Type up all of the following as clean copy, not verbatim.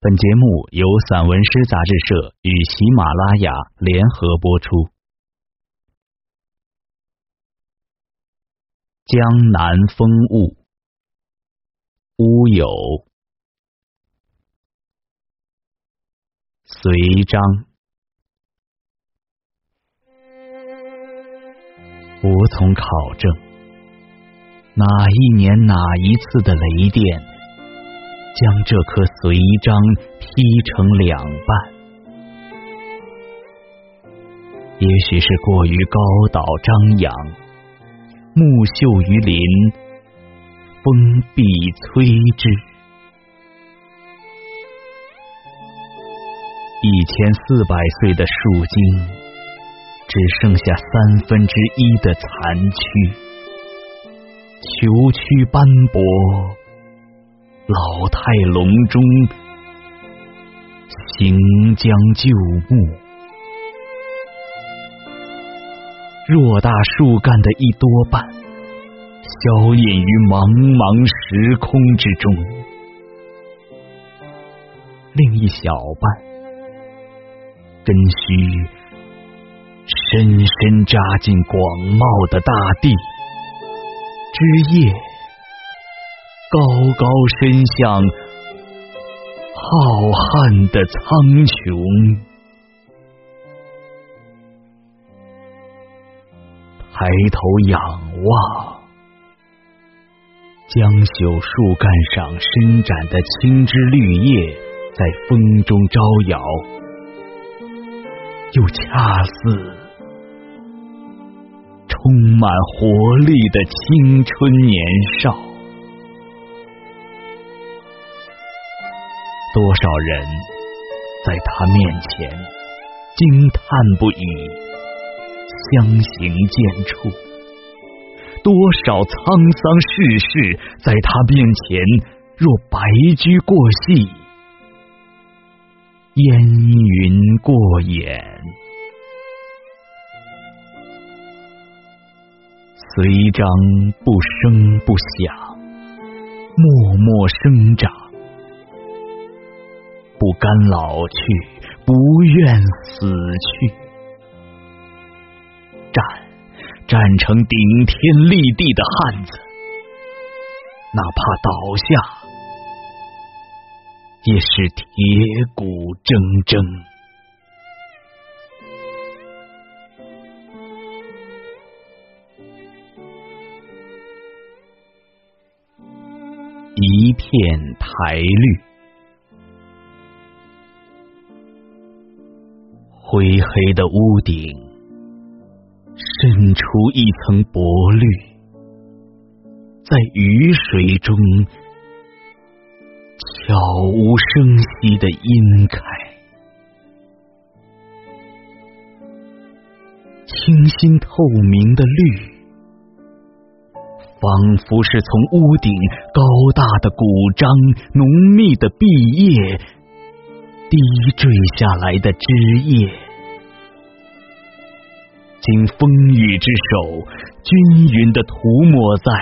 本节目由散文诗杂志社与喜马拉雅联合播出。江南风物，乌有。随章。无从考证，哪一年哪一次的雷电将这颗随章劈成两半？也许是过于高岛张扬，木秀于林，风必摧之。1400岁的树茎只剩下1/3的残躯，虬蛆斑驳，老态龙钟，行将就木。偌大树干的一多半消隐于茫茫时空之中，另一小半根须深深扎进广袤的大地，枝叶高高伸向浩瀚的苍穹。抬头仰望，将朽树干上伸展的青枝绿叶在风中招摇，又恰似充满活力的青春年少。多少人在他面前惊叹不已，相形见绌；多少沧桑世事在他面前若白驹过隙，烟云过眼。随章不声不响，默默生长，不甘老去，不愿死去，站成顶天立地的汉子，哪怕倒下也是铁骨铮铮。一片苔绿，灰黑的屋顶渗出一层薄绿，在雨水中悄无声息地晕开。清新透明的绿，仿佛是从屋顶高大的古樟浓密的碧叶低坠下来的枝叶，经风雨之手均匀地涂抹在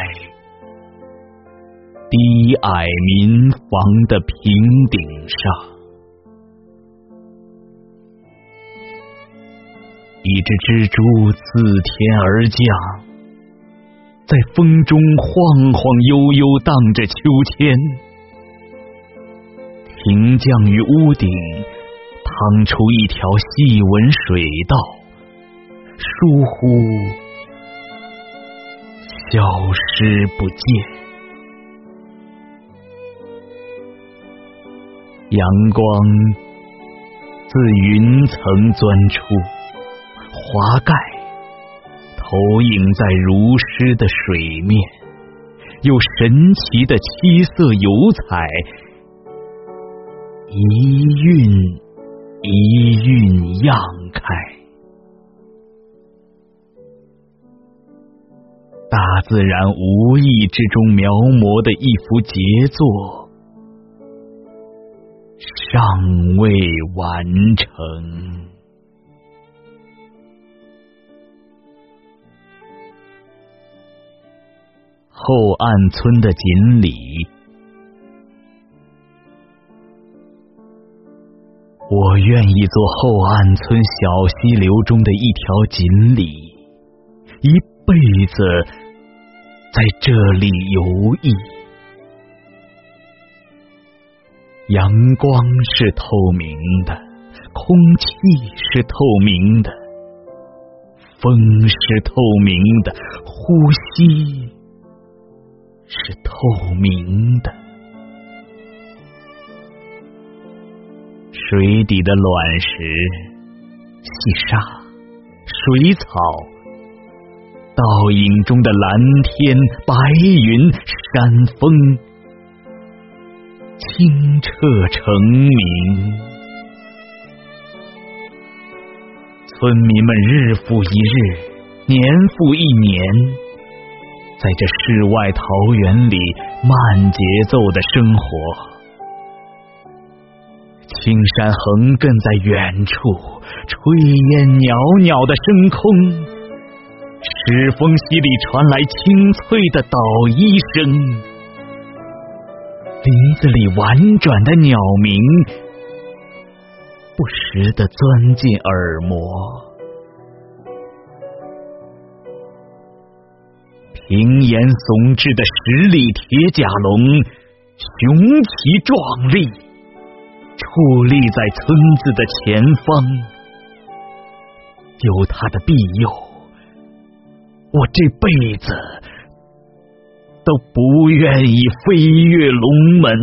低矮民房的平顶上。一只蜘蛛自天而降，在风中晃晃悠悠荡着秋千，停降于屋顶，淌出一条细纹水道，疏忽消失不见。阳光自云层钻出，华盖投影在如诗的水面，有神奇的七色油彩，一韵一韵漾开。大自然无意之中描摹的一幅杰作，尚未完成。后岸村的锦鲤， 我愿意做后岸村小溪流中的一条锦鲤，一辈子在这里游弋。阳光是透明的，空气是透明的，风是透明的，呼吸是透明的。水底的卵石、细沙、水草，倒影中的蓝天、白云、山峰，清澈澄明。村民们日复一日，年复一年，在这世外桃源里慢节奏的生活。青山横亘在远处，炊烟袅袅的升空，石缝隙里传来清脆的捣衣声，林子里婉转的鸟鸣不时地钻进耳膜。平岩耸峙的10里铁甲龙，雄奇壮丽，矗立在村子的前方。有它的庇佑，我这辈子都不愿意飞越龙门。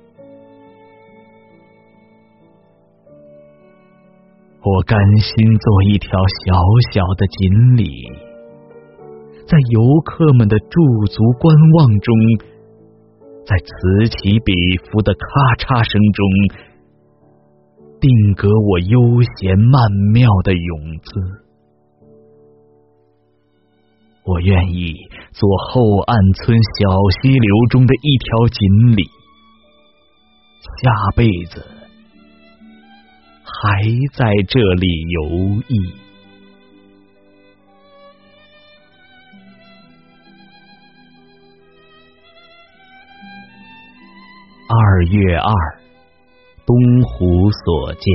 我甘心做一条小小的锦鲤，在游客们的驻足观望中，在此起彼伏的咔嚓声中，定格我悠闲曼妙的泳姿。我愿意做后岸村小溪流中的一条锦鲤，下辈子还在这里游弋。2月2，东湖所见。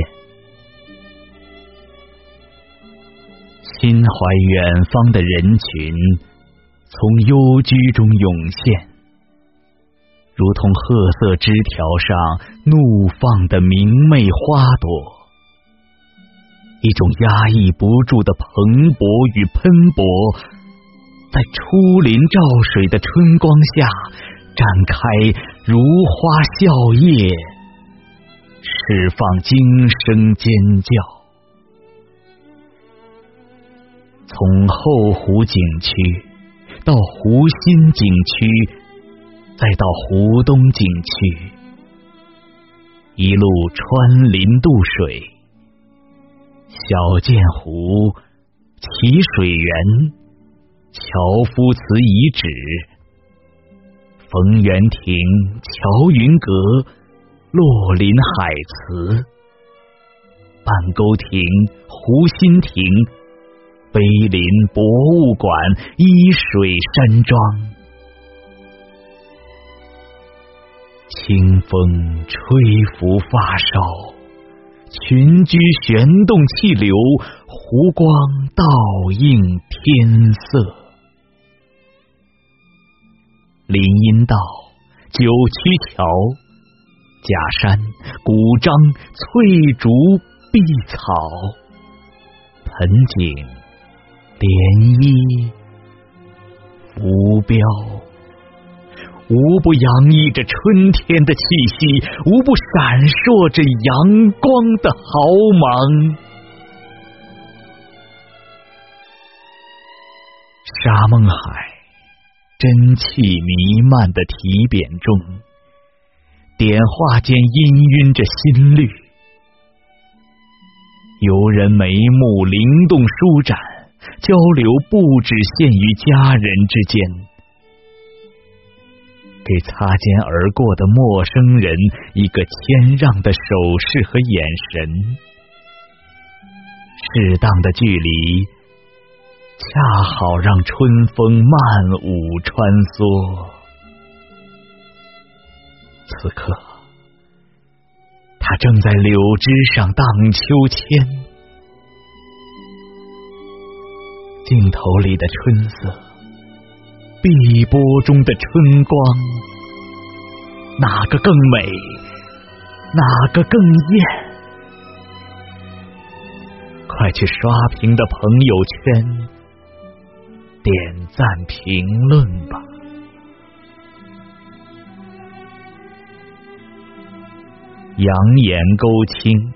心怀远方的人群从幽居中涌现，如同褐色枝条上怒放的明媚花朵。一种压抑不住的蓬勃与喷薄，在出林照水的春光下展开如花笑靥，释放惊声尖叫。从后湖景区到湖心景区，再到湖东景区，一路穿林渡水，小涧湖、齐水园、樵夫祠遗址、冯园亭、乔云阁、洛林海祠、半沟亭、湖心亭、碑林博物馆、依水山庄。清风吹拂发梢，群居旋动气流，湖光倒映天色。林荫道、九曲桥、假山、古樟、翠竹、碧草，盆景、涟漪、浮标，无不洋溢着春天的气息，无不闪烁着阳光的豪芒。沙孟海真气弥漫的题匾中，点画间氤氲着心律，游人眉目灵动舒展，交流不只限于家人之间，给擦肩而过的陌生人一个谦让的手势和眼神。适当的距离，恰好让春风漫舞穿梭。此刻，太他正在柳枝上荡秋千，镜头里的春色，碧波中的春光，哪个更美，哪个更艳？快去刷屏的朋友圈点赞评论吧。扬言勾青，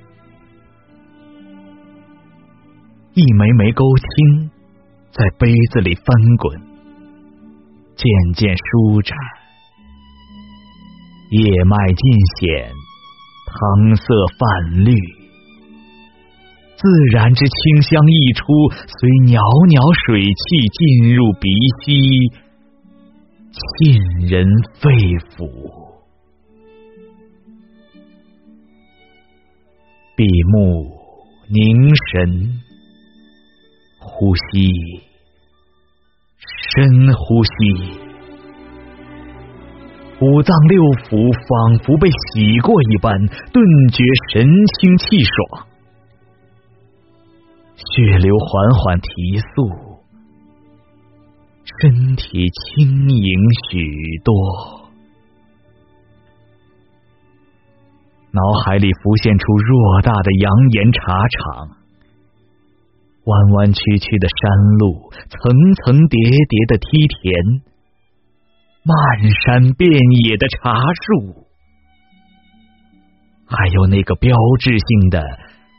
一枚枚勾青在杯子里翻滚，渐渐舒展，叶脉尽显，汤色泛绿，自然之清香溢出，随袅袅水汽进入鼻息，沁人肺腑。闭目凝神，呼吸，深呼吸，五脏六腑仿佛被洗过一般，顿觉神清气爽，血流缓缓提速，身体轻盈许多。脑海里浮现出偌大的扬言茶场，弯弯曲曲的山路，层层叠叠的梯田，漫山遍野的茶树，还有那个标志性的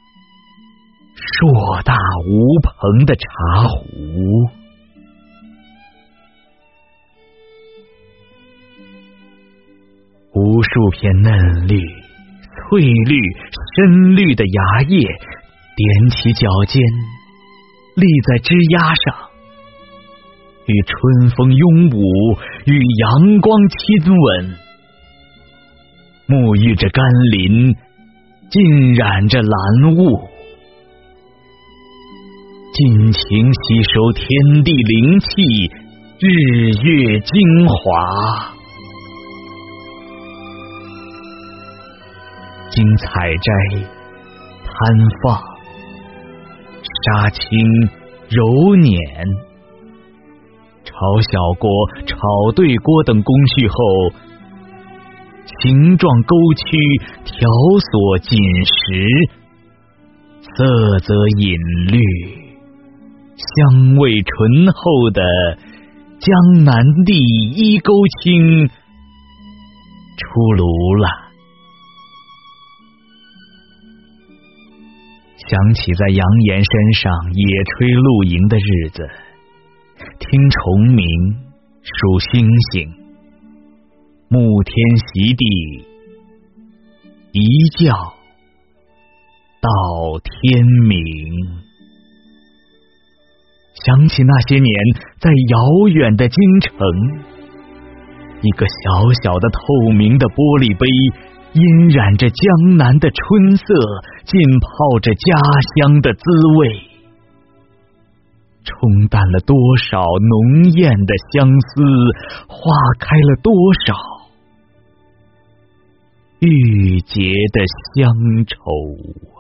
硕大无朋的茶壶。无数片嫩绿、翠绿、深绿的芽叶踮起脚尖，立在枝桠上，与春风拥舞，与阳光亲吻，沐浴着甘霖，浸染着蓝雾，尽情吸收天地灵气，日月精华。经采摘、摊放、杀青、揉捻、炒小锅、炒对锅等工序后，形状勾曲，条索紧实，色泽隐绿，香味醇厚的江南第一勾青出炉了。想起在杨岩山上野炊露营的日子，听虫鸣，数星星，沐天席地，一觉到天明。想起那些年在遥远的京城，一个小小的透明的玻璃杯，晕染着江南的春色，浸泡着家乡的滋味，冲淡了多少浓艳的相思，化开了多少郁结的乡愁。